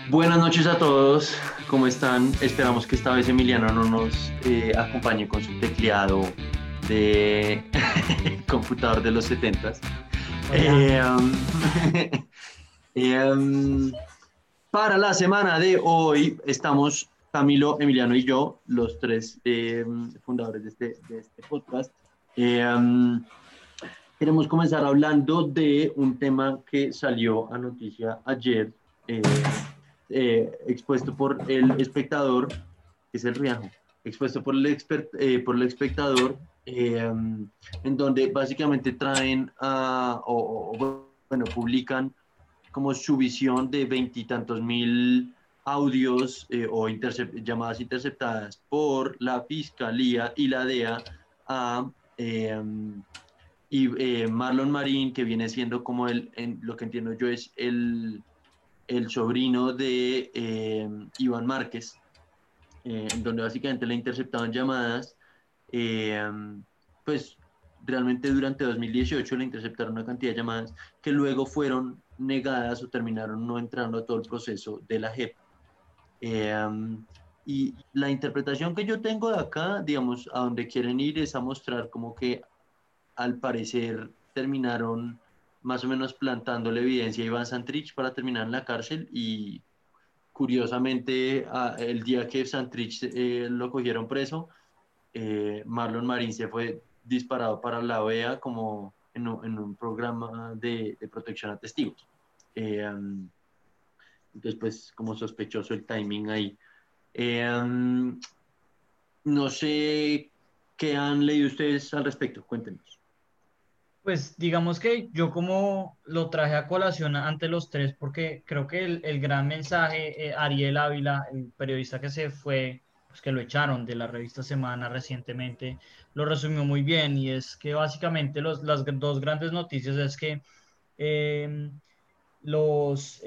Buenas noches a todos, ¿cómo están? Esperamos que esta vez Emiliano no nos acompañe con su tecleado de computador de los 70s. Hola. Eh, um, eh, um, para la semana de hoy estamos Camilo, Emiliano y yo, los tres fundadores de este podcast. Eh, um, Queremos comenzar hablando de un tema que salió a noticia ayer, expuesto por el espectador, que es el Riajo, expuesto por el espectador, en donde básicamente traen bueno, publican como su visión de veintitantos mil audios llamadas interceptadas por la Fiscalía y la DEA a Marlon Marín, que viene siendo como lo que entiendo yo es el sobrino de Iván Márquez, en donde básicamente le interceptaban llamadas, eh, pues realmente durante 2018 le interceptaron una cantidad de llamadas que luego fueron negadas o terminaron no entrando a todo el proceso de la JEP. Y la interpretación que yo tengo de acá, digamos, a donde quieren ir es a mostrar como que al parecer terminaron más o menos plantando la evidencia a Iván Santrich para terminar en la cárcel y curiosamente el día que Santrich lo cogieron preso, Marlon Marín se fue disparado para la OEA como en un programa de protección a testigos. Entonces, pues como sospechoso el timing ahí. No sé qué han leído ustedes al respecto, cuéntenos. Pues digamos que yo como lo traje a colación ante los tres porque creo que el gran mensaje, Ariel Ávila, el periodista que se fue, pues que lo echaron de la revista Semana recientemente, lo resumió muy bien y es que básicamente las dos grandes noticias es que eh, los,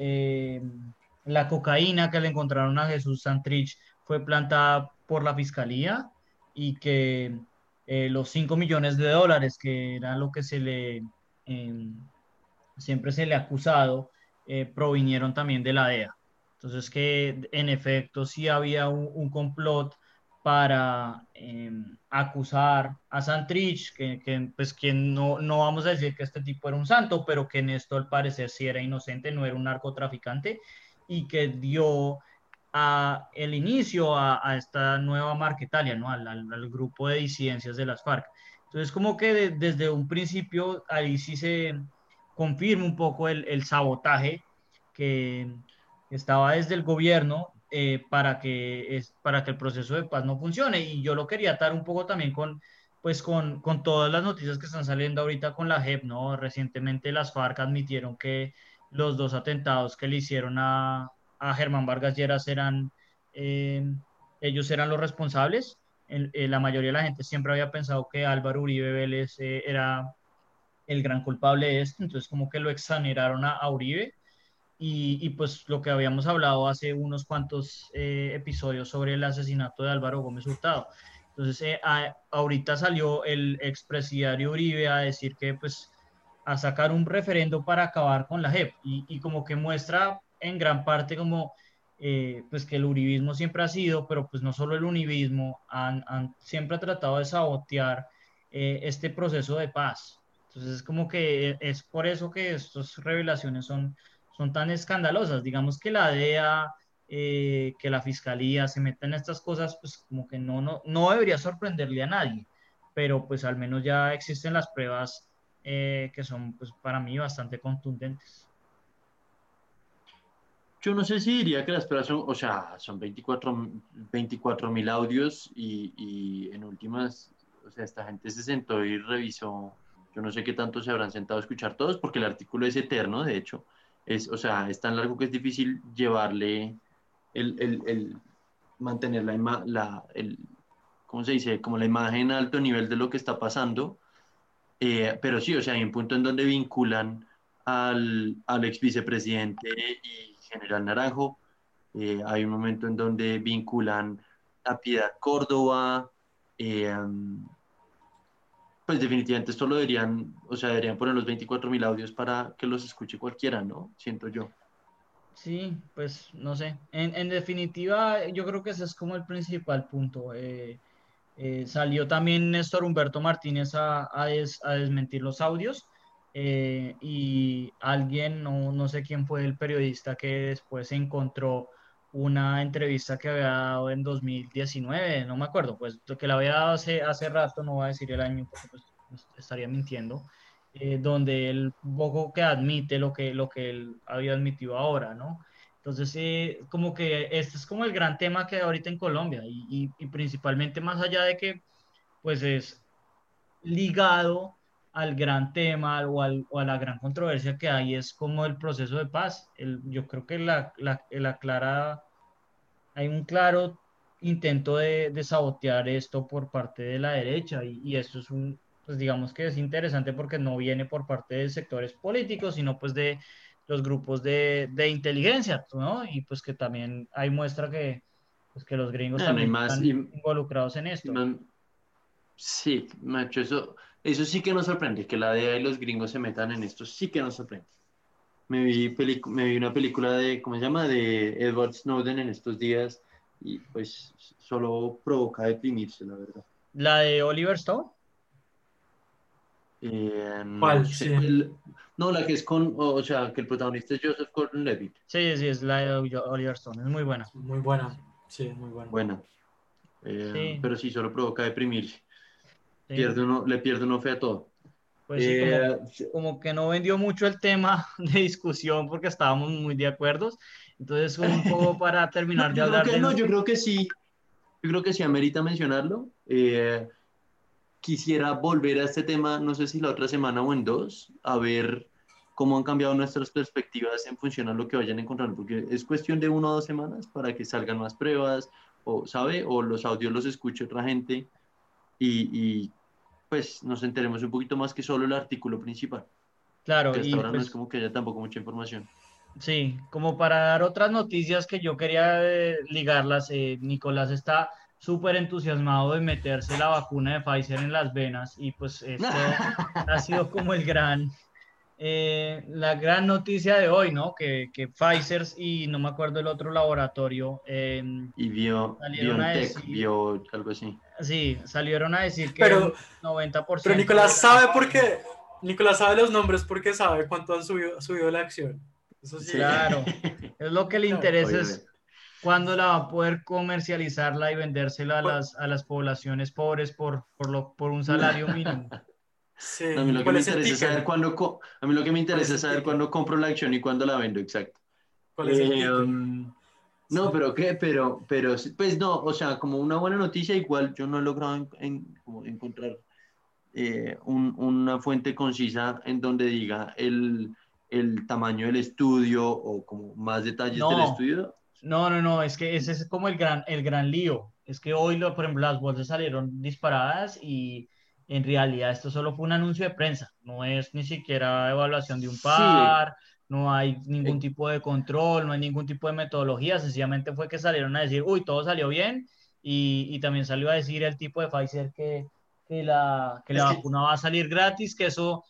la cocaína que le encontraron a Jesús Santrich fue plantada por la fiscalía y que los 5 millones de dólares, que era lo que eh, siempre se le ha acusado, provinieron también de la DEA. Entonces que en efecto sí había un complot para acusar a Santrich, pues que no vamos a decir que este tipo era un santo, pero que en esto al parecer sí era inocente, no era un narcotraficante y que dio el inicio a esta nueva Marquetalia, ¿no? Al grupo de disidencias de las FARC. Entonces como que desde un principio ahí sí se confirma un poco el sabotaje que estaba desde el gobierno para que el proceso de paz no funcione. Y yo lo quería atar un poco también con todas las noticias que están saliendo ahorita con la JEP, ¿no? Recientemente las FARC admitieron que los dos atentados que le hicieron a Germán Vargas Lleras eh, ellos eran los responsables. La mayoría de la gente siempre había pensado que Álvaro Uribe Vélez era el gran culpable de esto, entonces como que lo exoneraron a Uribe pues lo que habíamos hablado hace unos cuantos episodios sobre el asesinato de Álvaro Gómez Hurtado. Entonces ahorita salió el expresidiario Uribe a decir que pues a sacar un referendo para acabar con la JEP y como que muestra en gran parte como pues que el uribismo siempre ha sido, pero pues no solo el uribismo, siempre ha tratado de sabotear este proceso de paz. Entonces es como que es por eso que estas revelaciones son tan escandalosas. Digamos que la DEA, que la fiscalía se meta en estas cosas, pues como que no debería sorprenderle a nadie, pero pues al menos ya existen las pruebas que son pues para mí bastante contundentes. Yo no sé si diría que las pruebas son, o sea, son 24.000 audios y en últimas, o sea, esta gente se sentó y revisó, yo no sé qué tanto se habrán sentado a escuchar todos, porque el artículo es eterno, de hecho, o sea, es tan largo que es difícil llevarle el mantener ¿cómo se dice? Como la imagen a alto nivel de lo que está pasando. Pero sí, o sea, hay un punto en donde vinculan al ex vicepresidente y general Naranjo. Hay un momento en donde vinculan a Piedad Córdoba. eh, pues definitivamente esto lo deberían, o sea, deberían poner los 24.000 audios para que los escuche cualquiera, ¿no? Siento yo. Sí, pues no sé. En definitiva, yo creo que ese es como el principal punto. Salió también Néstor Humberto Martínez a desmentir los audios y alguien, no sé quién fue el periodista que después encontró una entrevista que había dado en 2019, no me acuerdo, pues lo que la había dado hace rato, no voy a decir el año porque pues estaría mintiendo, donde él un poco que admite lo que él había admitido ahora, ¿no? Entonces, como que este es como el gran tema que hay ahorita en Colombia y principalmente más allá de que pues es ligado al gran tema o a la gran controversia que hay, es como el proceso de paz. Yo creo que hay un claro intento de sabotear esto por parte de la derecha y esto es pues digamos que es interesante porque no viene por parte de sectores políticos, sino pues de los grupos de inteligencia, ¿no? Y pues que también hay muestra pues que los gringos No hay también más, están involucrados en y esto. más- sí, macho, eso sí que nos sorprende, que la DEA y los gringos se metan en esto, sí que nos sorprende. Me vi una película de, ¿cómo se llama? De Edward Snowden en estos días y pues solo provoca deprimirse, la verdad. La de Oliver Stone, No ¿Cuál? sé, Sí, pues, no, la que es con, o sea, que el protagonista es Joseph Gordon-Levitt. sí, sí, es la de Oliver Stone, es muy buena. muy buena. Sí, muy buena. Buena, Sí, pero sí, solo provoca deprimirse. sí. Le pierde uno fe a todo. Pues sí, Eh, como que no vendió mucho el tema de discusión porque estábamos muy de acuerdo. Entonces, un poco para no, terminar de yo creo hablar que de no, nuestro... yo creo que sí amerita mencionarlo. Quisiera volver a este tema, no sé si la otra semana o en dos, a ver cómo han cambiado nuestras perspectivas en función a lo que vayan encontrando, porque es cuestión de 1 o 2 semanas para que salgan más pruebas, o sabe, o los audios los escuche otra gente y pues nos enteremos un poquito más que solo el artículo principal, Claro, que hasta y ahora no es pues como que haya tampoco mucha información. sí, como para dar otras noticias que yo quería ligarlas, Nicolás está súper entusiasmado de meterse la vacuna de Pfizer en las venas y pues esto ha sido como la gran noticia de hoy, ¿no? Que Pfizer y no me acuerdo el otro laboratorio Y salieron a BioNTech, decir, algo así. sí, salieron a decir que Pero, un 90% pero de Nicolás la... sabe por qué. Nicolás sabe los nombres porque sabe cuánto han subido la acción. Eso sí, Sí, Claro, es lo que le claro. interesa es obviamente. cuándo la va a poder comercializarla y vendérsela a ¿Cuál- las poblaciones pobres por un salario mínimo. sí, No, a mí lo que ¿cuál me es el interesa es saber ticker? a mí lo que me ¿Cuál interesa es es el saber ticker? cuándo compro la acción y cuándo la vendo, exacto. ¿Cuál es el Eh, ticker? um, Sí. no, pero qué, pero, pues no, o sea, como una buena noticia, igual yo no he logrado como encontrar una fuente concisa en donde diga el tamaño del estudio o como más detalles del No, estudio. no, es que ese es como el gran lío. Es que hoy, por ejemplo, las bolsas salieron disparadas y en realidad esto solo fue un anuncio de prensa. No es ni siquiera evaluación de un Sí, par, no hay ningún eh, tipo de control, no hay ningún tipo de metodología. Sencillamente fue que salieron a decir, uy, todo salió bien. Y también salió a decir el tipo de Pfizer que la Es que vacuna va a salir gratis, que eso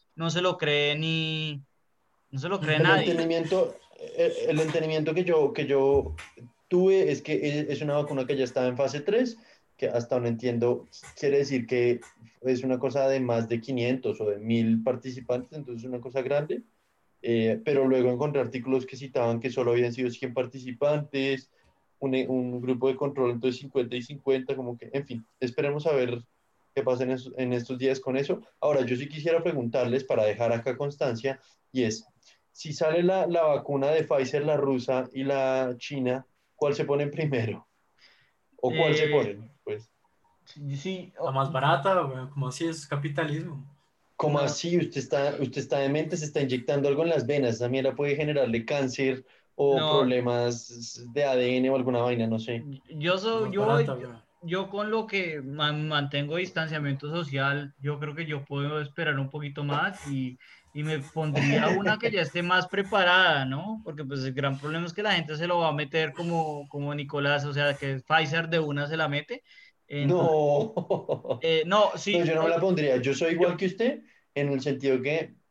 no se lo cree El nadie. entendimiento, el entendimiento que yo tuve es que es una vacuna que ya estaba en fase 3 que hasta donde entiendo quiere decir que es una cosa de más de 500 o de 1000 participantes, entonces es una cosa grande, pero luego encontré artículos que citaban que solo habían sido 100 participantes, un grupo de control, entonces 50 y 50 como que, en fin, esperemos a ver qué pasa en estos días con eso. Ahora, yo sí quisiera preguntarles para dejar acá constancia, y es, si sale la vacuna de Pfizer, la rusa y la china, ¿cuál se ponen primero? ¿O cuál se Eh, ponen? Pues, sí, sí, la más barata, güey, como así es capitalismo. ¿cómo no, así? Usted está demente, se está inyectando algo en las venas. Esa mierda puede generarle cáncer o no, problemas de ADN o alguna vaina, no sé. yo La soy, más barata, güey. yo con lo que mantengo distanciamiento social, yo creo que yo puedo esperar un poquito más y me pondría una que ya esté más preparada, ¿no? Porque pues el gran problema es que la gente se lo va a meter como Nicolás, o sea, que Pfizer de una se la mete. Entonces, No, no, no, sí, yo no me la pondría. Yo soy igual yo, que usted en el sentido que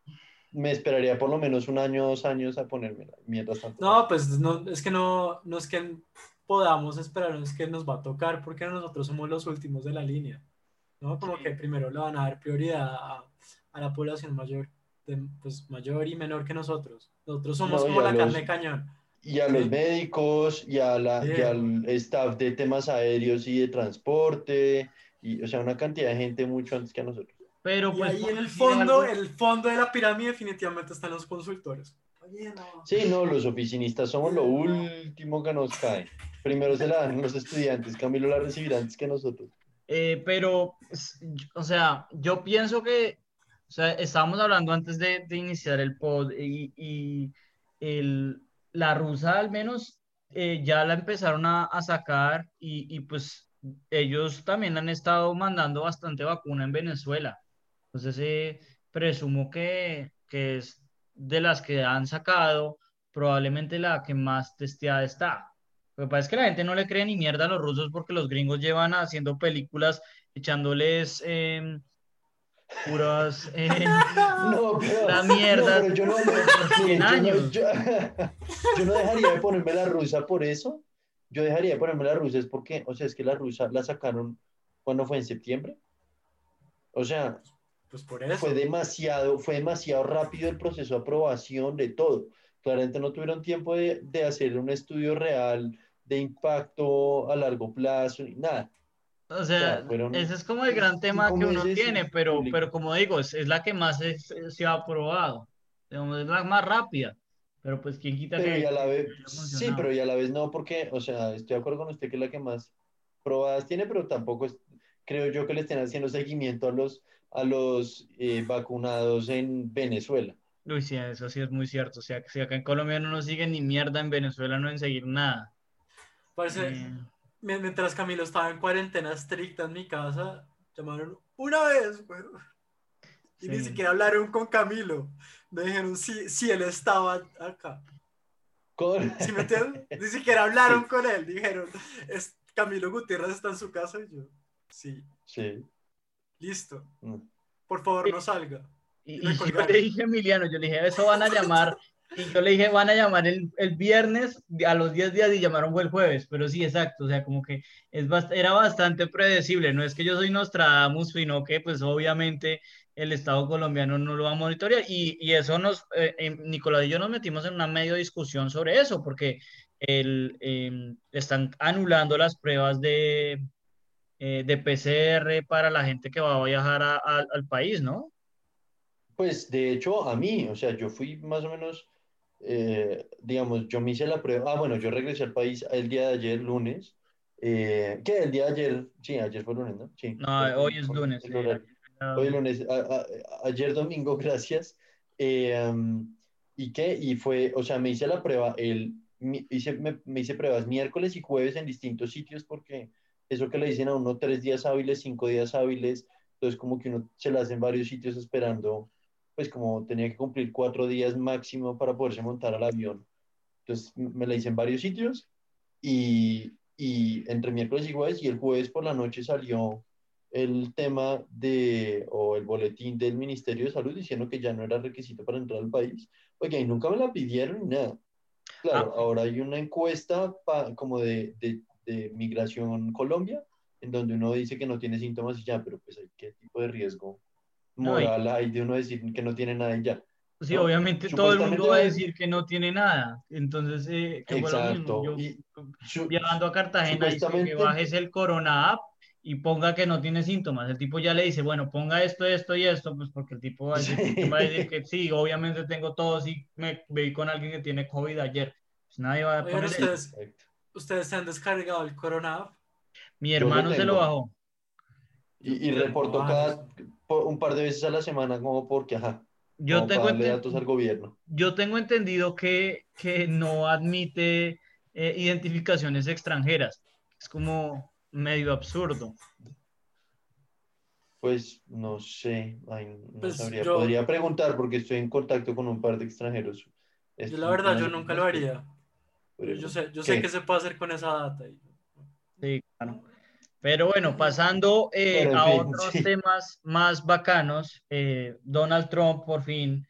me esperaría por lo menos 1 año, 2 años a ponérmela. Mientras tanto. No, pues no, es que no es que podamos esperar, no es que nos va a tocar porque nosotros somos los últimos de la línea, ¿no? Como que primero le van a dar prioridad a la población mayor, pues mayor y menor que nosotros. Nosotros somos No, como la carne de cañón, y a los ¿sí? médicos, Sí. y al staff de temas aéreos y de transporte, y, o sea, una cantidad de gente mucho antes que a nosotros. Pero Y pues ahí por decir algo, el fondo de la pirámide definitivamente están los consultores. Oye, no. Sí, no, los oficinistas somos lo No. último que nos cae. Primero se la dan los estudiantes, Camilo la recibirá antes que nosotros. pero, o sea, yo pienso que, o sea, estábamos hablando antes de iniciar el pod y el, la rusa al menos ya la empezaron a sacar pues ellos también han estado mandando bastante vacuna en Venezuela. Entonces, presumo que es de las que han sacado, probablemente la que más testeada está. Lo que pasa es que la gente no le cree ni mierda a los rusos porque los gringos llevan haciendo películas echándoles puras No, pura no, mierda pero yo no, por 100 mire, años. yo no dejaría de ponerme la rusa por eso. Yo dejaría de ponerme la rusa es porque, o sea, es que la rusa la sacaron cuando fue en septiembre. O sea, Pues por eso. fue demasiado rápido el proceso de aprobación de todo. Claramente no tuvieron tiempo de hacer un estudio real de impacto a largo plazo ni nada. O O sea, sea, fueron ese es como el gran tema que 5 uno meses tiene, y pero público. como digo, es la que más se ha aprobado. Digamos, es la más rápida. Pero pues quién quita Pero ya a la que vez, haya sí, funcionado. pero ya a la vez no, porque, o sea, estoy de acuerdo con usted que es la que más probadas tiene, pero tampoco creo yo que le estén haciendo seguimiento a los vacunados en Venezuela. Uy, sí, eso sí es muy cierto. O sea, que si acá en Colombia no nos siguen ni mierda, en Venezuela no en seguir nada. Parece, Eh, mientras Camilo estaba en cuarentena estricta en mi casa, llamaron una vez, güey, y ni sí. siquiera hablaron con Camilo. Me dijeron si él estaba acá. Con- ¿Sí me entiendes? Ni siquiera hablaron Sí, con él. Dijeron, Camilo Gutiérrez está en su casa. Y yo, sí, sí. listo. Mm. Por favor, no salga. Y me Y yo le colgaron. dije a Emiliano, yo le dije, eso van a llamar, y yo le dije, van a llamar el viernes a los 10 días y llamaron fue el jueves, pero sí, exacto, o sea, como que era bastante predecible, no es que yo soy Nostradamus, sino que pues obviamente el Estado colombiano no lo va a monitorear y eso Nicolás y yo nos metimos en una medio discusión sobre eso, porque están anulando las pruebas de PCR para la gente que va a viajar al país, ¿no? Pues de hecho, a mí, o sea, yo fui más o menos, digamos, yo me hice la prueba. Ah, bueno, yo regresé al país el día de ayer, lunes. ¿Qué? El día de ayer, sí, ayer fue lunes, ¿no? Sí, No, ya hoy con, es con lunes. el horario. Hoy lunes, ayer domingo, gracias. ¿Y qué? Y fue, o sea, me hice la prueba, me hice pruebas miércoles y jueves en distintos sitios porque eso que le dicen a uno 3 días hábiles, 5 días hábiles, entonces como que uno se la hace en varios sitios esperando, pues como tenía que cumplir 4 días máximo para poderse montar al avión. Entonces me la hice en varios sitios y entre miércoles y jueves, y el jueves por la noche salió el tema o el boletín del Ministerio de Salud diciendo que ya no era requisito para entrar al país. Oye, y nunca me la pidieron ni nada. Ah, Claro, ahora hay una encuesta como de Migración Colombia, en donde uno dice que no tiene síntomas y ya, pero pues hay qué tipo de riesgo no, moral hay de uno decir que no tiene nada y ya, sí, ¿no? obviamente todo el mundo Supuestamente va a va, decir que no tiene nada. Entonces, que fue lo mismo. exacto, Yo y viajando a Cartagena dice que supuestamente, bajes el Corona App y ponga que no tiene síntomas. El tipo ya le dice, bueno, ponga esto, esto y esto, pues porque el tipo va a decir, ¿quién va a decir sí. que sí? Obviamente tengo todo, sí, me vi con alguien que tiene COVID ayer. Pues nadie va a Oigan, poner eso. Exacto. ustedes se han descargado el Corona App. Mi Yo lo hermano se lo tengo bajó. y Yo no me voy a reporto bajar eso. un par de veces a la semana como porque, ajá, Yo como para tengo, darle datos al gobierno. yo tengo entendido que no admite identificaciones extranjeras. Es como medio absurdo. Pues no sé, ay, no Pues sabría. Podría preguntar porque estoy en contacto con un par de extranjeros yo la estas verdad, últimas yo nunca semanas, lo pero haría. Pero podría preguntar. yo sé que ¿Qué? se puede hacer con esa data. Sí, claro. Pero bueno, pasando Pero en a fin, otros sí. temas más bacanos, Donald Trump por fin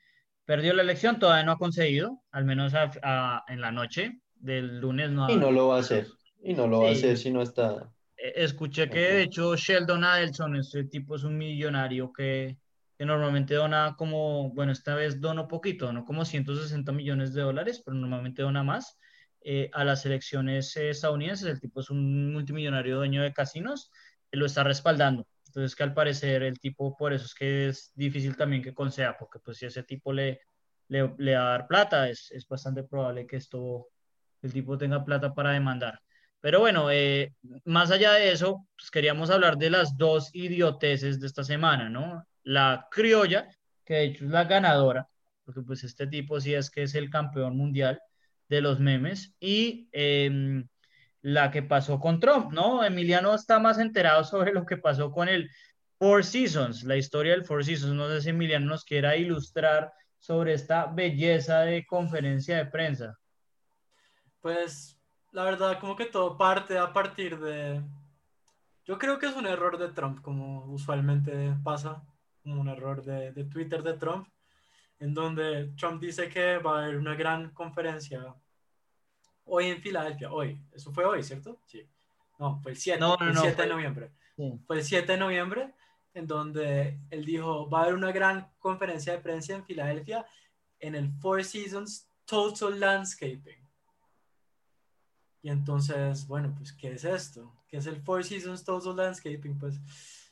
perdió la elección, todavía no ha conseguido, al menos en la noche del lunes no Y ha... no lo va a hacer. Y no lo va a hacer Sí, si no está escuché que de tranquilo. hecho Sheldon Adelson, este tipo es un millonario que normalmente dona como, bueno, esta vez donó poquito, donó como 160 millones de dólares, pero normalmente dona más a las elecciones estadounidenses. El tipo es un multimillonario dueño de casinos, lo está respaldando. Entonces que al parecer el tipo, por eso es que es difícil también que conceda, porque pues si ese tipo le va a dar plata, es bastante probable que el tipo tenga plata para demandar. Pero bueno, más allá de eso, pues queríamos hablar de las dos idioteces de esta semana, ¿no? La criolla, que de hecho es la ganadora, porque pues este tipo sí es que es el campeón mundial de los memes, y la que pasó con Trump, ¿no? Emiliano está más enterado sobre lo que pasó con el Four Seasons, la historia del Four Seasons. No sé si Emiliano nos quiera ilustrar sobre esta belleza de conferencia de prensa. Pues la verdad, como que todo parte a partir de... Yo creo que es un error de Trump, como usualmente pasa, como un error de Twitter de Trump, en donde Trump dice que va a haber una gran conferencia hoy en Filadelfia. Hoy, eso fue hoy, ¿cierto? Sí. No, No, fue no, el no, 7 de fue... noviembre. Sí. Fue el 7 de noviembre, en donde él dijo, va a haber una gran conferencia de prensa en Filadelfia en el Four Seasons Total Landscaping. Y entonces, bueno, pues, ¿qué es esto? ¿Qué es el Four Seasons Total Landscaping? Pues,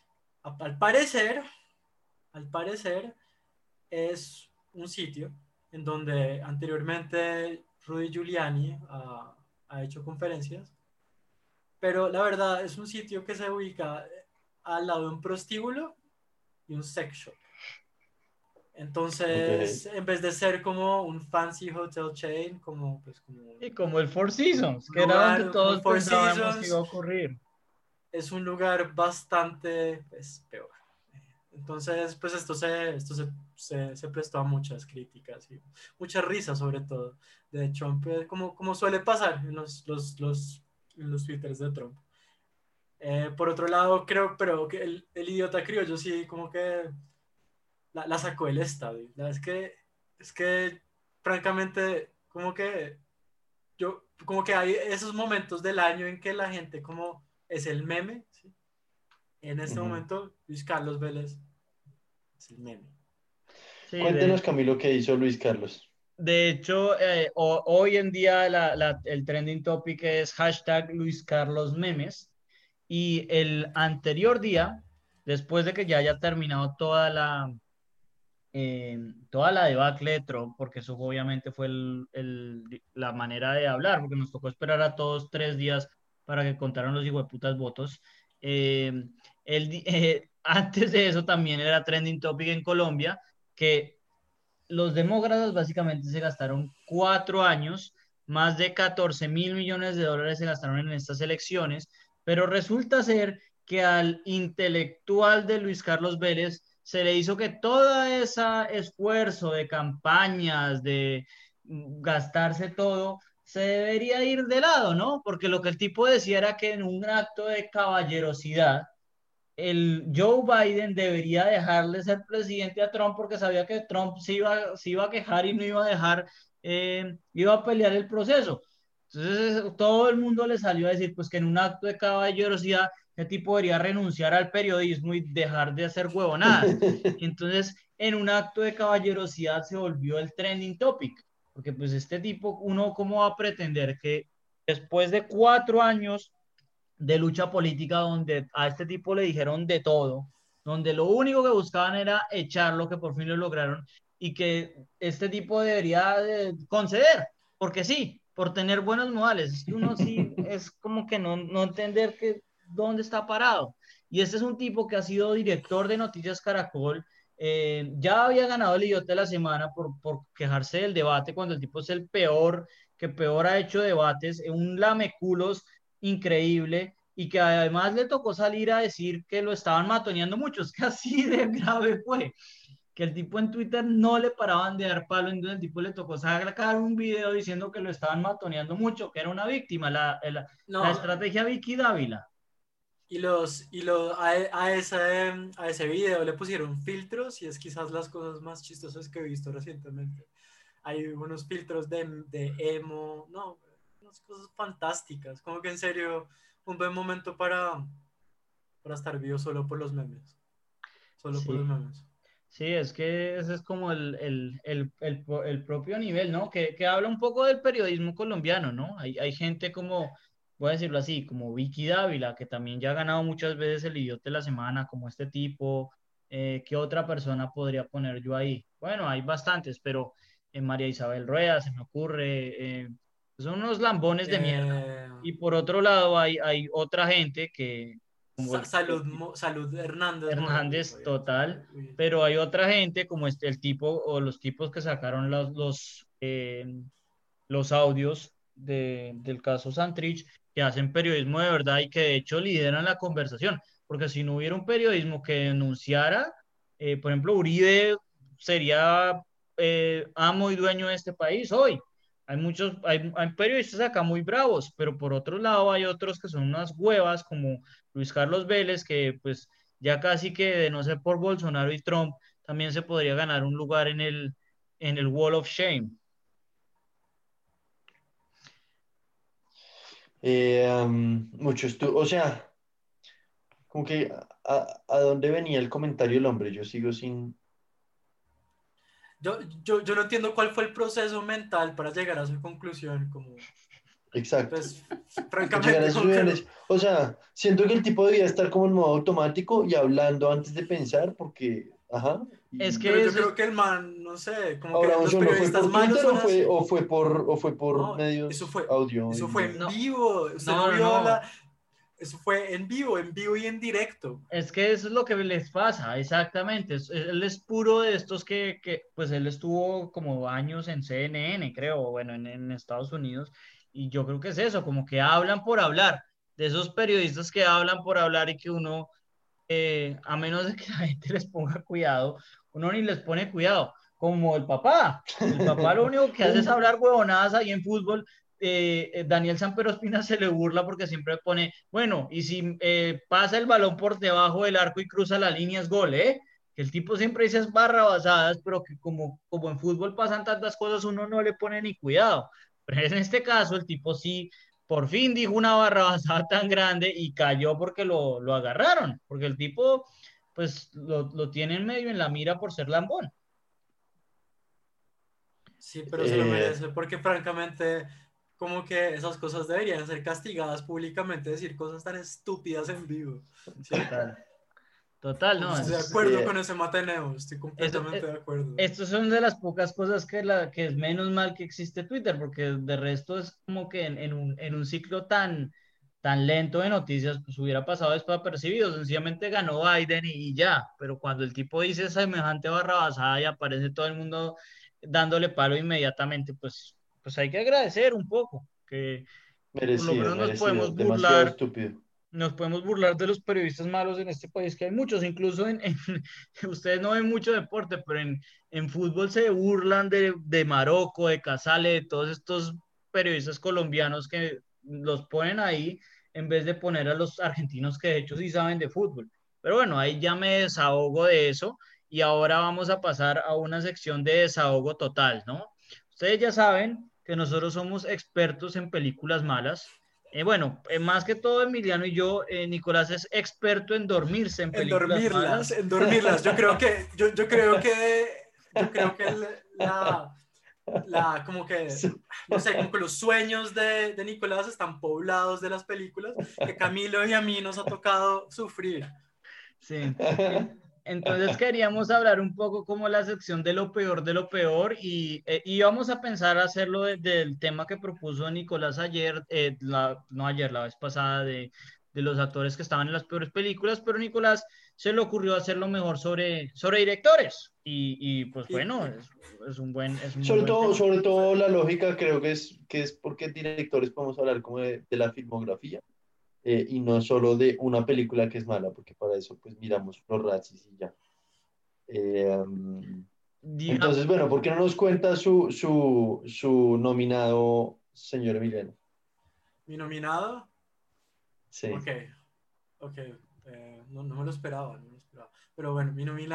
al parecer, es un sitio en donde anteriormente Rudy Giuliani ha hecho conferencias, pero la verdad es un sitio que se ubica al lado de un prostíbulo y un sex shop. Ok. Entonces, en vez de ser como un fancy hotel chain, como, pues, como Y como el Four Seasons, un que era donde lugar como el todos Four pensábamos que iba Seasons, a ocurrir. es un lugar bastante, pues, peor. Entonces, pues se prestó a muchas críticas y mucha risa sobre todo de Trump, como suele pasar en en los twitters de Trump. Por otro lado, creo, pero que el idiota criollo sí como que la sacó del estadio. Es que, francamente, como que como que hay esos momentos del año en que la gente como es el meme, ¿sí? En este Ujú. momento, Luis Carlos Vélez es el meme. Sí, Cuéntenos, Camilo, qué hizo Luis Carlos. de hecho, hoy en día el trending topic es hashtag Luis Carlos Memes. Y el anterior día, después de que ya haya terminado toda la debacle de Trump, porque eso obviamente fue la manera de hablar, porque nos tocó esperar a todos 3 días para que contaran los hijueputas votos. Eh, antes de eso también era trending topic en Colombia, que los demócratas básicamente se gastaron 4 años, más de 14.000 millones de dólares se gastaron en estas elecciones, pero resulta ser que al intelectual de Luis Carlos Vélez se le hizo que todo ese esfuerzo de campañas, de gastarse todo, se debería ir de lado, ¿no? Porque lo que el tipo decía era que en un acto de caballerosidad, el Joe Biden debería dejarle ser presidente a Trump porque sabía que Trump se iba a quejar y no iba a dejar, iba a pelear el proceso. Entonces todo el mundo le salió a decir pues que en un acto de caballerosidad ese tipo debería renunciar al periodismo y dejar de hacer huevonadas. Y entonces en un acto de caballerosidad se volvió el trending topic, porque pues este tipo, uno cómo va a pretender que después de 4 años de lucha política donde a este tipo le dijeron de todo, donde lo único que buscaban era echarlo, que por fin lo lograron, y que este tipo debería conceder, porque sí, por tener buenos modales. Es que uno sí es como que no entender que dónde está parado. Y este es un tipo que ha sido director de Noticias Caracol. Ya había ganado el idiota de la semana por quejarse del debate cuando el tipo es el peor, que peor ha hecho debates, un lameculos increíble, y que además le tocó salir a decir que lo estaban matoneando muchos, que así de grave fue, que el tipo en Twitter no le paraban de dar palo, entonces el tipo le tocó sacar un video diciendo que lo estaban matoneando mucho, que era una víctima, la No, estrategia Vicky Dávila. a ese video le pusieron filtros y es quizás las cosas más chistosas que he visto recientemente. Hay unos filtros de emo, no, unas cosas fantásticas. Como que en serio, un buen momento para estar vivo solo por los memes. Solo por Sí. los memes. Sí, es que ese es como el propio nivel, ¿no? Que habla un poco del periodismo colombiano, ¿no? Hay gente como, voy a decirlo así, como Vicky Dávila, que también ya ha ganado muchas veces el Idiota de la Semana, como este tipo. ¿Qué otra persona podría poner yo ahí? Bueno, hay bastantes, pero María Isabel Rueda se me ocurre. Son unos lambones de mierda. Eh, Y por otro lado hay otra gente que, como Salud Hernández Mora. Hernández total, pero hay otra gente como el tipo o los tipos que sacaron los audios del caso Santrich, que hacen periodismo de verdad y que de hecho lideran la conversación, porque si no hubiera un periodismo que denunciara, por ejemplo, Uribe sería amo y dueño de este país hoy. Hay periodistas acá muy bravos, pero por otro lado hay otros que son unas huevas como Luis Carlos Vélez, que pues ya casi que de no ser por Bolsonaro y Trump, también se podría ganar un lugar en el Wall of Shame. O sea, como que a dónde venía el comentario el hombre, yo sigo sin... Yo no entiendo cuál fue el proceso mental para llegar a su conclusión. Como, Exacto. pues, Llegar a francamente, sus como que no. niveles. O sea, siento que el tipo debía estar como en modo automático y hablando antes de pensar, porque, ajá. Es Pero que yo eso es, creo que el man, no sé, como Ahora, que un los segundo, ¿fue periodistas por malos Twitter son así. o fue por No, eso medios fue, audio y eso fue video? en no, vivo. Usted no, no no, vio no. eso fue en vivo y en directo. Es que eso es lo que les pasa, exactamente. Él es puro de estos pues él estuvo como años en CNN, creo, bueno, en Estados Unidos, y yo creo que es eso, como que hablan por hablar, de esos periodistas que hablan por hablar y que uno, a menos de que la gente les ponga cuidado, uno ni les pone cuidado, como el papá. El papá lo único que hace es Uh, hablar huevonadas ahí en fútbol. Daniel Samper Ospina se le burla porque siempre pone, bueno, y si pasa el balón por debajo del arco y cruza la línea es gol, ¿eh? Que el tipo siempre dice es barrabasadas, pero que como en fútbol pasan tantas cosas, uno no le pone ni cuidado. Pero en este caso, el tipo sí por fin dijo una barrabasada tan grande y cayó porque lo agarraron, porque el tipo, pues, lo tienen medio en la mira por ser lambón. Sí, pero se lo eh, merece porque francamente, como que esas cosas deberían ser castigadas públicamente, decir cosas tan estúpidas en vivo. ¿Sí? Total, total, Uf, no, estoy de es, acuerdo con eh, ese Mateneo, estoy eso, completamente de acuerdo. estos son de las pocas cosas que es menos mal que existe Twitter, porque de resto es como que en un ciclo tan lento de noticias, pues hubiera pasado desapercibido, sencillamente ganó Biden y ya, pero cuando el tipo dice semejante barrabasada y aparece todo el mundo dándole palo inmediatamente, pues hay que agradecer un poco, que por lo merecido, menos merecido, demasiado estúpido. nos podemos burlar de los periodistas malos en este país, que hay muchos, incluso ustedes no ven mucho deporte, pero en fútbol se burlan de Marocco, de Casale, de todos estos periodistas colombianos que los ponen ahí en vez de poner a los argentinos que de hecho sí saben de fútbol. Pero bueno, ahí ya me desahogo de eso y ahora vamos a pasar a una sección de desahogo total, ¿no? Ustedes ya saben que nosotros somos expertos en películas malas. Bueno, más que todo Emiliano y yo, Nicolás es experto en dormirse en En películas dormirlas, malas. en dormirlas. Yo creo que como que, no sé, como que los sueños de Nicolás están poblados de las películas que Camilo y a mí nos ha tocado sufrir. Sí. Entonces queríamos hablar un poco como la sección de lo peor y vamos a pensar hacerlo del tema que propuso Nicolás ayer, no ayer, la vez pasada, de los actores que estaban en las peores películas, pero Nicolás se le ocurrió hacerlo mejor sobre directores y pues Y, bueno, es un muy buen tema. Sobre todo la lógica creo que es porque directores podemos hablar como de la filmografía y no solo de una película que es mala, porque para eso pues miramos los Razzies y ya. Diga, Entonces, bueno, ¿por qué no nos cuenta su nominado, señor Emiliano? mi nominado, Sí. ok. Ok, no me lo esperaba, no me lo esperaba. Pero bueno,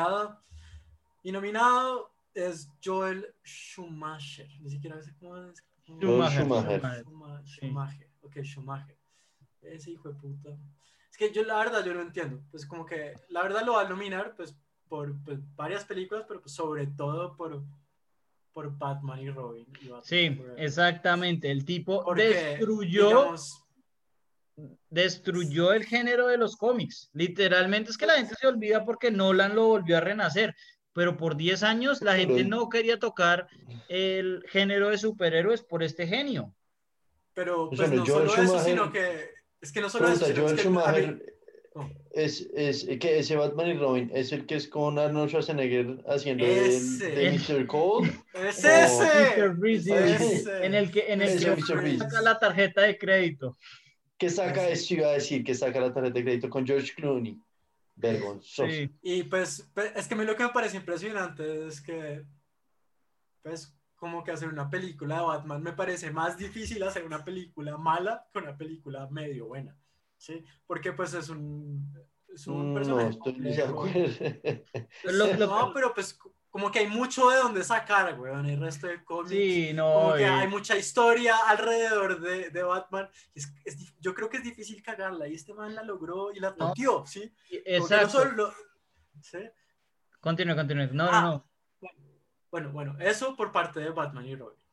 mi nominado es Joel Schumacher. Ni siquiera sé cómo es. Joel Schumacher, Schumacher. Schumacher. Sí. Schumacher. Ok, Schumacher. Ese hijo de puta. Es que yo la verdad yo no entiendo. Pues como que la verdad lo va a nominar pues por pues, varias películas, pero pues, sobre todo por Batman y Robin y Batman Sí, Forever. exactamente. El tipo Porque, digamos, destruyó el género de los cómics. Literalmente es que la gente se olvida porque Nolan lo volvió a renacer, pero por 10 años la Pero, gente no quería tocar el género de superhéroes por este genio. pero o sea, pues no, no Joel solo eso, Schumacher, sino que, es que no solo eso, pregunta, sino es Joel que a mí, Schumacher no, es que ese Batman y Robin es el que es con Arnold Schwarzenegger haciendo de ese, Es, Mr. Cold es es o Mr. ese, Freeze, es sí, sí, sí. En ese, el que Mr. Mr. saca Freeze. la Freeze, tarjeta de crédito. ¿Qué saca ese. esto? Iba a decir que saca la tarjeta de crédito con George Clooney. Vergonzoso. Sí. Y pues es que a mí lo que me parece impresionante es que, pues, como que hacer una película de Batman me parece más difícil hacer una película mala que una película medio buena, ¿sí? Porque pues es un No, personaje estoy de complejo. acuerdo. Lo, Pues, lo- no, pero pues como que hay mucho de donde sacar, weón, el resto de cómics, sí, como no, que hay mucha historia alrededor de Batman. Yo creo que es difícil cagarla y este man la logró y la no, toteó, ¿sí? Como que no exacto. solo... ¿sí? Continúe, continúe. No, no, Ah, no. bueno, eso por parte de Batman y Robin.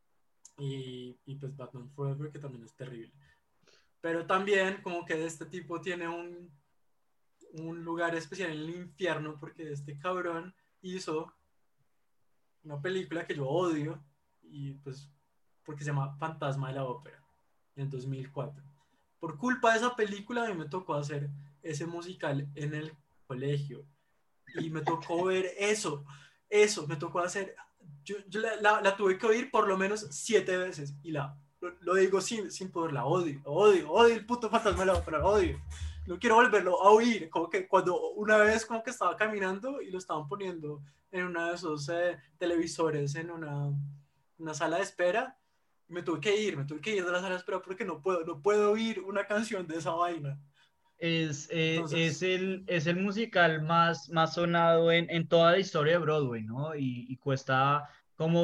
Y pues Batman Forever, que también es terrible. Pero también como que este tipo tiene un lugar especial en el infierno porque este cabrón hizo una película que yo odio y pues porque se llama Fantasma de la Ópera en el 2004. Por culpa de esa película a mí me tocó hacer ese musical en el colegio y me tocó ver eso, me tocó hacer, yo la tuve que oír por lo menos 7 veces y lo digo sin poder, la odio el puto Fantasma de la Ópera, lo odio. No quiero volverlo a oír, como que cuando una vez como que estaba caminando y lo estaban poniendo en uno de esos televisores en una sala de espera, me tuve que ir de la sala de espera porque no puedo oír una canción de esa vaina. Es Entonces, el musical más sonado en toda la historia de Broadway, ¿no? Y cuesta como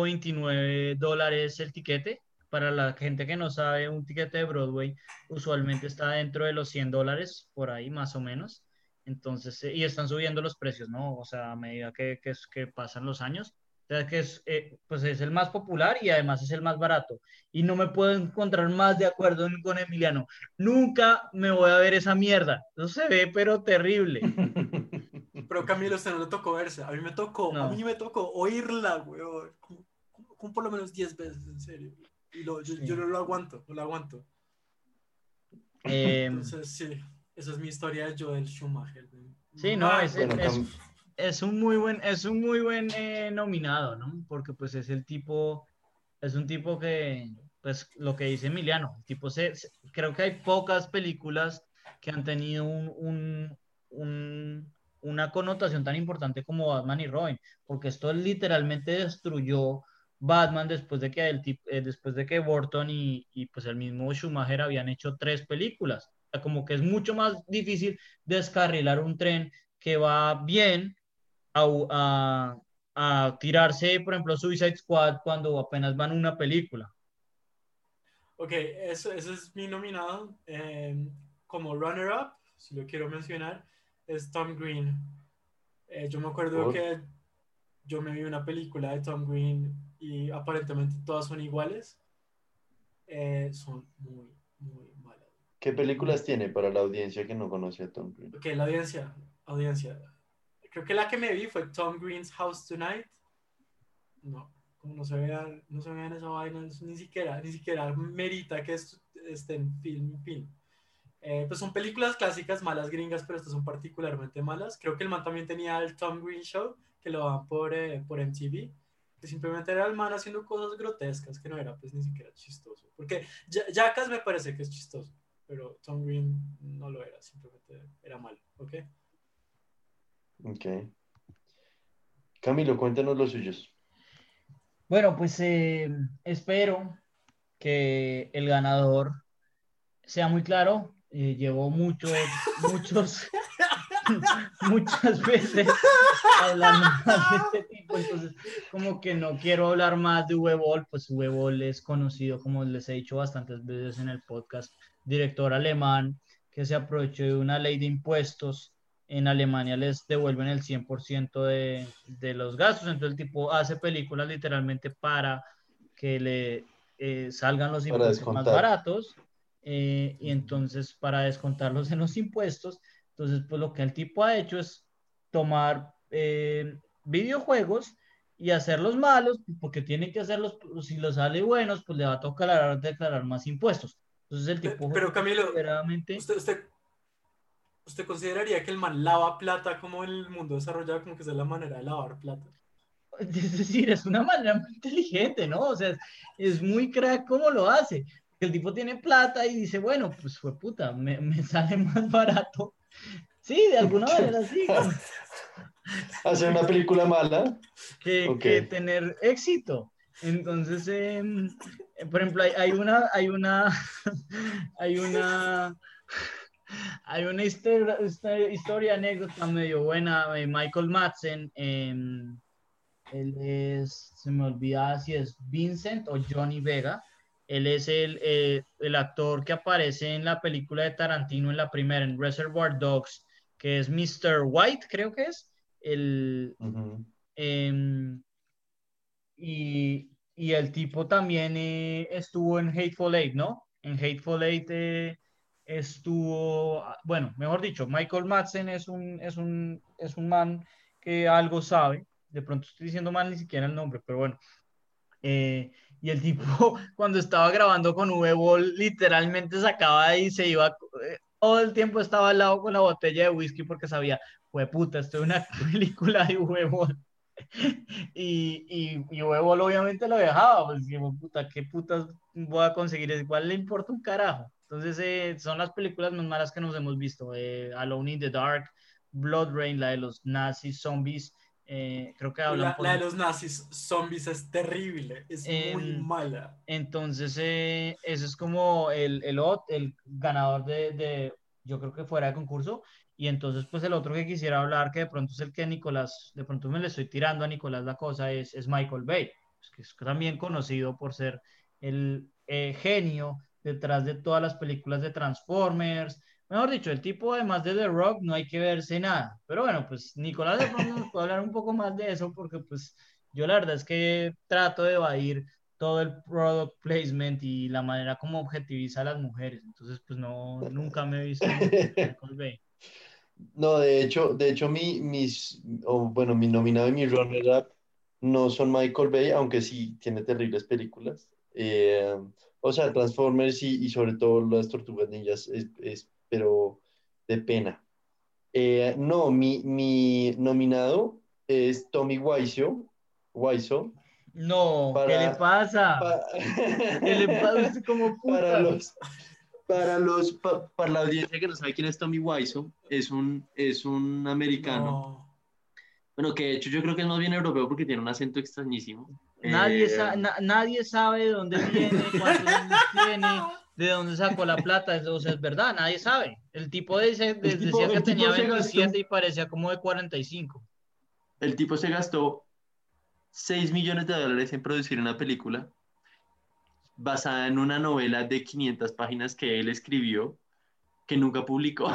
$29 el tiquete. Para la gente que no sabe, un tiquete de Broadway usualmente está dentro de los $100, por ahí más o menos. Entonces, y están subiendo los precios, ¿no? O sea, a medida que pasan los años. O sea, pues es el más popular y además es el más barato. Y no me puedo encontrar más de acuerdo con Emiliano. Nunca me voy a ver esa mierda. Eso se ve, pero terrible. pero Camilo, usted no le tocó verse. A mí No, me tocó oírla, weón. Como por lo menos 10 veces, en serio. Y yo sí. no lo aguanto, no lo aguanto. Eh, Entonces, sí, esa es mi historia de Joel Schumacher. sí, no, Bueno, es un muy buen nominado, ¿no? Porque pues es un tipo que, pues lo que dice Emiliano, el tipo creo que hay pocas películas que han tenido una connotación tan importante como Batman y Robin, porque esto literalmente destruyó Batman después de que Burton y pues el mismo Schumacher habían hecho tres películas. O sea, como que es mucho más difícil descarrilar un tren que va bien a, a tirarse, por ejemplo, Suicide Squad cuando apenas van una película. Ok, eso es mi nominado. Como runner-up, si lo quiero mencionar, es Tom Green. Yo me acuerdo por que yo me vi una película de Tom Green y aparentemente todas son iguales. Son muy, muy malas. ¿qué películas tiene para la audiencia que no conoce a Tom Cruise? Ok, la audiencia. Creo que la que me vi fue Tom Green's House Tonight. No, como no se vean esa vaina, ni siquiera merita que esté en film. Pues son películas clásicas, malas gringas, pero estas son particularmente malas. Creo que el man también tenía el Tom Green Show, que lo dan por MTV, que simplemente era el man haciendo cosas grotescas, que no era pues ni siquiera chistoso. Porque Jackass me parece que es chistoso, pero Tom Green no lo era, simplemente era malo, ¿ok? Ok. Camilo, cuéntanos los suyos. Bueno, pues espero que el ganador sea muy claro. llevo muchas veces hablando más de este tipo, entonces como que no quiero hablar más de Uwe Boll, pues Uwe Boll es conocido, como les he dicho bastantes veces en el podcast, director alemán que se aprovechó de una ley de impuestos. En Alemania les devuelven el 100% de los gastos, entonces el tipo hace películas literalmente para que le salgan los Para impuestos más descontar. baratos, y entonces para descontarlos en los impuestos. Entonces, pues lo que el tipo ha hecho es tomar videojuegos y hacerlos malos, porque tiene que hacerlos, si los sale buenos, pues le va a tocar declarar más impuestos. Entonces el tipo Pero Camilo, deliberadamente, ¿usted consideraría que el man lava plata como en el mundo desarrollado, como que esa es la manera de lavar plata? es decir, es una manera muy inteligente, ¿no? O sea, es muy crack cómo lo hace. El tipo tiene plata y dice, bueno, pues fue puta, me sale más barato. Sí, de alguna manera sí, ¿Hacer una película mala? Ok. que tener éxito. Entonces, por ejemplo, hay una, esta historia, anécdota medio buena. Michael Madsen, él es, se me olvida si es Vincent o Johnny Vega. Él es el actor que aparece en la película de Tarantino, en la primera, en Reservoir Dogs, que es Mr. White, creo que es. El, Ujú. em, y el tipo también estuvo en Hateful Eight, ¿no? En Hateful Eight estuvo, bueno, mejor dicho, Michael Madsen es un man que algo sabe. De pronto estoy diciendo mal ni siquiera el nombre, pero bueno. Y el tipo, cuando estaba grabando con Uwe Boll, literalmente sacaba y se iba, todo el tiempo estaba al lado con la botella de whisky porque sabía, fue puta, esto es una película de Uwe Boll. Y Uwe Boll obviamente lo dejaba, pues digo, puta, ¿qué putas voy a conseguir? Igual le importa un carajo. Entonces, son las películas más malas que nos hemos visto. Alone in the Dark, Blood Rain, la de los nazis, zombies, creo que Uy, hablan por la de su... los nazis zombies es terrible, es muy em, mala. entonces, ese es como el ganador yo creo que fuera de concurso. Y entonces, pues el otro que quisiera hablar, que de pronto es el que Nicolás, de pronto me le estoy tirando a Nicolás la cosa, es Michael Bay, pues, que es también conocido por ser el genio detrás de todas las películas de Transformers. Mejor dicho, el tipo, además de The Rock, no hay que verse nada. Pero bueno, pues Nicolás de pronto nos puede hablar un poco más de eso, porque pues yo la verdad es que trato de evadir todo el product placement y la manera como objetiviza a las mujeres. Entonces, pues no, nunca me he visto mucho de Michael Bay. No, de hecho bueno, mi nominado y mi runner-up no son Michael Bay, aunque sí tiene terribles películas. O sea, Transformers y sobre todo las Tortugas Ninjas, pero de pena. No, mi nominado es Tommy Wiseau No, ¿qué le para, pasa? pa- ¿Qué le pasa a usted como para putas? para la audiencia que no sabe quién es Tommy Wiseau, es un americano. No. Bueno, que de hecho yo creo que es más bien europeo porque tiene un acento extrañísimo. Nadie sabe de dónde viene, cuántos años tiene, de dónde sacó la plata. O sea, es verdad, nadie sabe. El tipo El tipo, decía que el tenía tipo se 27 gastó, y parecía como de 45. el tipo se gastó 6 millones de dólares en producir una película basada en una novela de 500 páginas que él escribió, que nunca publicó.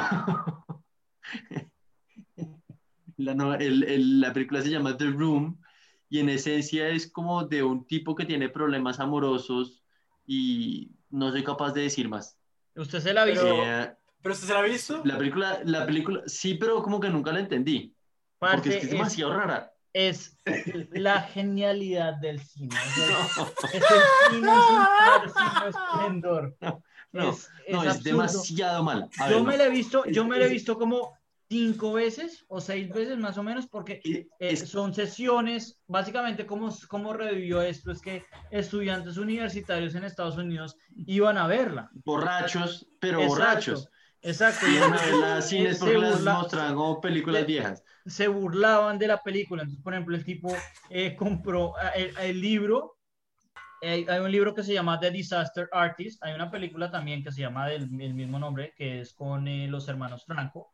La película se llama The Room y en esencia es como de un tipo que tiene problemas amorosos y no soy capaz de decir más. ¿Usted se la ha visto? Pero, Eh, ¿pero usted se la ha visto? la película, sí, pero como que nunca la entendí, porque es que es Parce, demasiado rara. es la genialidad del cine. O sea, No, es el cine en su máximo esplendor. no, no, Es no, es absurdo. demasiado mala. A ver, Yo no. me la he visto, Es, yo me la he es, visto como 5 veces o 6 veces más o menos, porque es son sesiones, básicamente como revivió esto, es que estudiantes universitarios en Estados Unidos iban a verla. borrachos, pero Exacto, borrachos. exacto. Y Iban a ver entonces las cines porque las mostraban como películas viejas. se burlaban de la película. Entonces, por ejemplo, el tipo compró el libro Hay un libro que se llama The Disaster Artist, hay una película también que se llama el mismo nombre, que es con los hermanos Franco.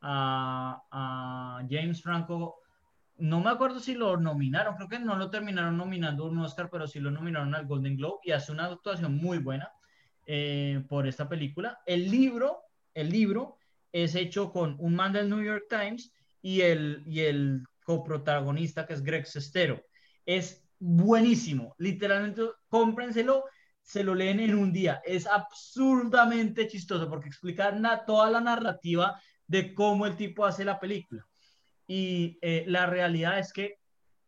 A James Franco, no me acuerdo si lo nominaron, creo que no lo terminaron nominando un Oscar, pero sí lo nominaron al Golden Globe y hace una actuación muy buena por esta película. El libro es hecho con un man del New York Times y el coprotagonista que es Greg Sestero. Es buenísimo, literalmente cómprenselo, se lo leen en un día. Es absurdamente chistoso porque explica toda la narrativa de cómo el tipo hace la película. Y la realidad es que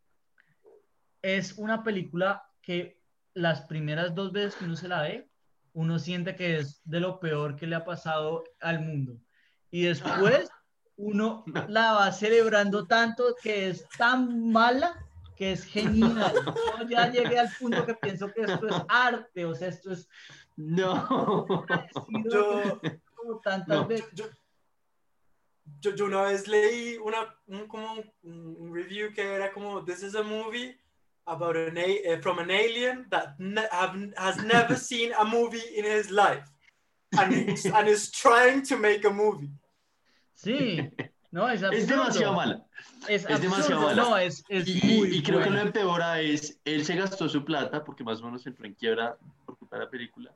es una película que las primeras 2 veces que uno se la ve, uno siente que es de lo peor que le ha pasado al mundo. Y después uno la va celebrando tanto que es tan mala que es genial. Yo ya llegué al punto que pienso que esto es arte, o sea, esto es No. Yo, como tantas No. veces. yo una vez leí un review que era como, this is a movie about from an alien that has never seen a movie in his life and is trying to make a movie. Sí, no, es absurdo. Es demasiado mala. Es Es demasiado absurdo. mala. No, es Y muy creo que lo buena. empeora es, él se gastó su plata, porque más o menos entró en quiebra por culpa de la película,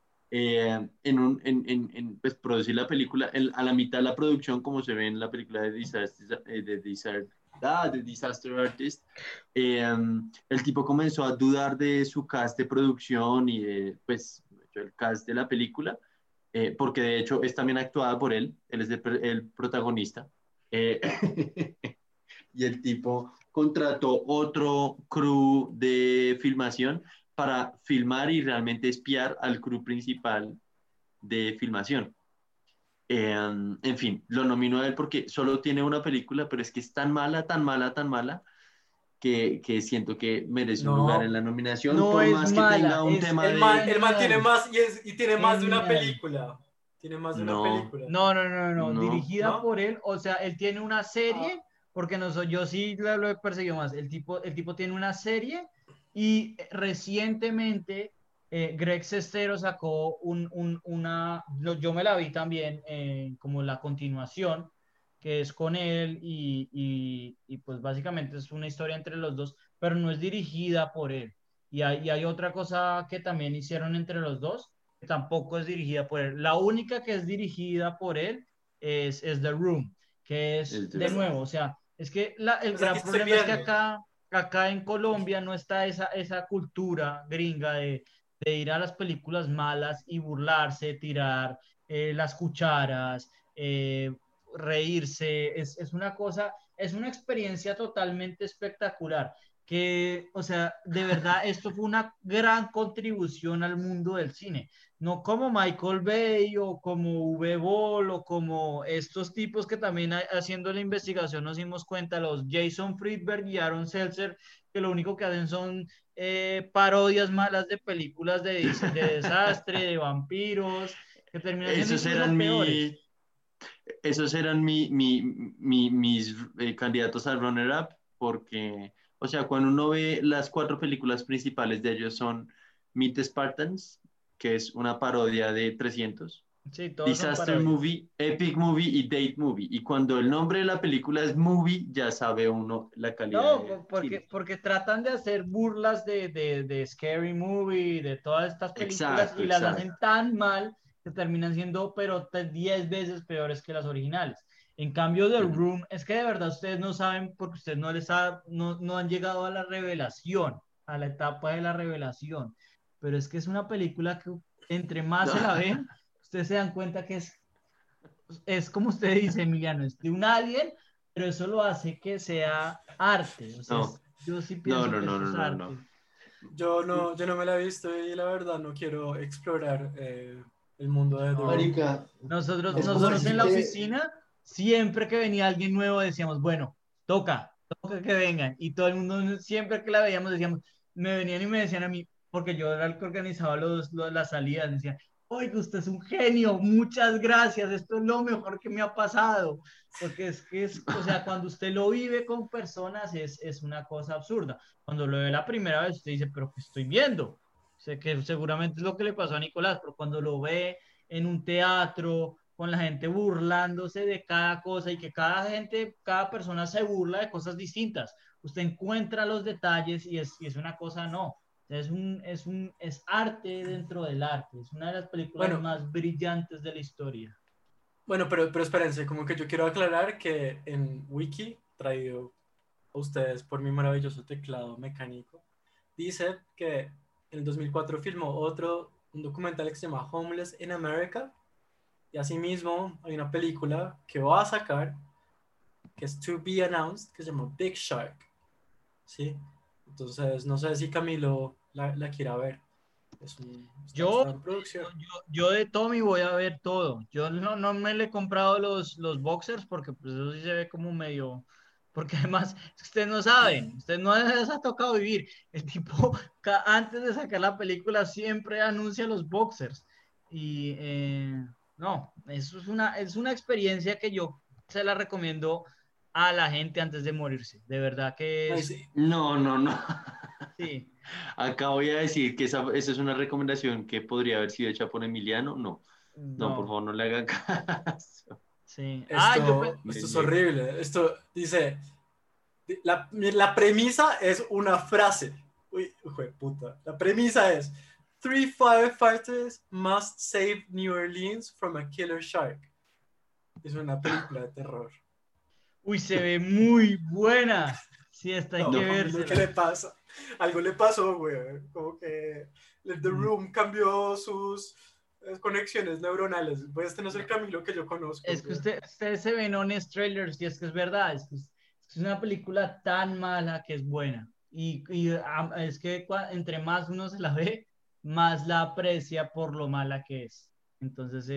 pues, producir la película. A la mitad de la producción, como se ve en la película de The Disaster Artist, el tipo comenzó a dudar de su cast de producción y de, pues, el cast de la película, porque de hecho es también actuada por él es el protagonista. Eh, y el tipo contrató otro crew de filmación para filmar y realmente espiar al crew principal de filmación. En fin, lo nominó a él porque solo tiene una película, pero es que es tan mala, tan mala, tan mala, que siento que merece un lugar en la nominación, no por es más que mala, tenga un es tema El man tiene genial. más y tiene más de una Genial. película. Tiene más de una No, película. No, no. dirigida ¿No? por él, o sea, él tiene una serie, Ah, porque no soy, yo sí lo he perseguido más. El tipo tiene una serie y recientemente Greg Sestero sacó yo me la vi también como la continuación, que es con él y pues básicamente es una historia entre los dos, pero no es dirigida por él. Y hay otra cosa que también hicieron entre los dos que tampoco es dirigida por él. La única que es dirigida por él es The Room, que es Es de de pues, nuevo, o sea, es que el pues aquí gran estoy problema es que viendo. acá en Colombia no está esa cultura gringa de ir a las películas malas y burlarse, tirar las cucharas, reírse, es una cosa, es una experiencia totalmente espectacular que, o sea, de verdad, esto fue una gran contribución al mundo del cine. No como Michael Bay o como Uwe Boll o como estos tipos que también haciendo la investigación nos dimos cuenta, los Jason Friedberg y Aaron Seltzer, que lo único que hacen son parodias malas de películas de desastre, de vampiros, que terminan siendo Esos incluso eran peores. esos eran mis candidatos al runner-up, porque, o sea, cuando uno ve las 4 películas principales de ellos son Meet the Spartans, que es una parodia de 300, Sí, todos son Disaster parodias. Movie, Epic Movie y Date Movie. Y cuando el nombre de la película es Movie, ya sabe uno la calidad No, de cine. porque tratan de hacer burlas de Scary Movie, de todas estas películas Exacto, y las hacen exacto. tan mal que terminan siendo, pero 10 veces peores que las originales. En cambio, The Ujú. Room, es que de verdad ustedes no saben porque ustedes no han llegado a la revelación, a la etapa de la revelación. Pero es que es una película que entre más se la ven, ustedes se dan cuenta que es como usted dice, Emiliano, es de un alien, pero eso lo hace que sea arte. O sea, No, yo sí no, pienso no, que no, esto no, es no, no. arte. Yo no me la he visto y la verdad no quiero explorar el mundo de The No. Room. Marica, Nosotros, es No, como sé nosotros si en la decirte, oficina, siempre que venía alguien nuevo, decíamos, bueno, toca que vengan. Y todo el mundo, siempre que la veíamos, decíamos, me venían y me decían a mí, porque yo era el que organizaba las salidas, me decían, oiga, usted es un genio, muchas gracias, esto es lo mejor que me ha pasado. Porque o sea, cuando usted lo vive con personas es una cosa absurda. Cuando lo ve la primera vez, usted dice, pero ¿qué estoy viendo? Sé que seguramente es lo que le pasó a Nicolás, pero cuando lo ve en un teatro, con la gente burlándose de cada cosa y que cada persona se burla de cosas distintas, usted encuentra los detalles y es una cosa, no. Es arte dentro del arte. Es una de las películas Bueno, más brillantes de la historia. bueno, pero espérense, como que yo quiero aclarar que en Wiki, traído a ustedes por mi maravilloso teclado mecánico, dice que en el 2004 filmó un documental que se llama Homeless in America, y asimismo hay una película que va a sacar, que es To Be Announced, que se llama Big Shark, ¿sí? Entonces, no sé si Camilo la quiera ver. Yo, Está en producción. yo de Tommy voy a ver todo. Yo no me le he comprado los boxers porque pues eso sí se ve como medio... Porque además, ustedes no saben, ustedes no les ha tocado vivir. El tipo, antes de sacar la película, siempre anuncia los boxers. Y no, eso es una experiencia que yo se la recomiendo a la gente antes de morirse. De verdad que Ay, es, sí. No, no, no. sí. Acá voy a decir que esa es una recomendación que podría haber sido hecha por Emiliano. No, no, por No, favor, no le hagan caso. sí. Esto Me es niego. horrible. Esto dice, la premisa es una frase. Uy, hijo de puta. La premisa es, Three firefighters must save New Orleans from a killer shark. Es una película de terror. Uy, se ve muy buena. Sí, esta hay No, que No. Camilo, ¿qué le vérsela. pasa? Algo le pasó, güey. Como que The Mm, Room cambió sus conexiones neuronales. Pues este no es el no. Camilo que yo conozco, Es que güey. ustedes se ven honest trailers y es que es verdad. Es una película tan mala que es buena. Es que entre más uno se la ve, más la aprecia por lo mala que es. Entonces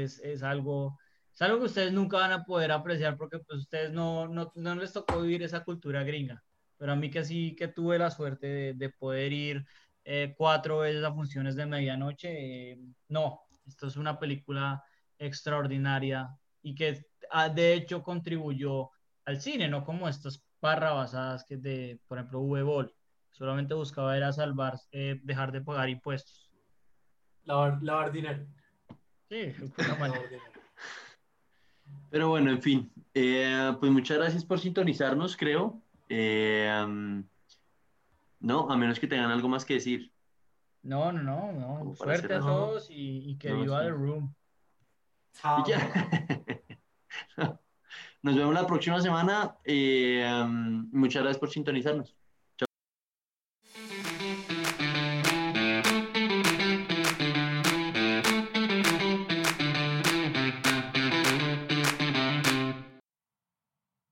es algo que ustedes nunca van a poder apreciar porque pues ustedes no les tocó vivir esa cultura gringa. Pero a mí que sí que tuve la suerte de poder ir 4 veces a funciones de medianoche, no, esto es una película extraordinaria y que de hecho contribuyó al cine, no como estas barrabasadas que por ejemplo, V-Ball, solamente buscaba era salvar, dejar de pagar impuestos. Lavar dinero. Sí, de alguna manera. Lavar dinero. Pero bueno, en fin. Pues muchas gracias por sintonizarnos, creo. No, a menos que tengan algo más que decir, No. como para Suerte a cerrar. No, todos y que No, viva The sí. Room. Y ya. chao. Nos vemos la próxima semana. Muchas gracias por sintonizarnos.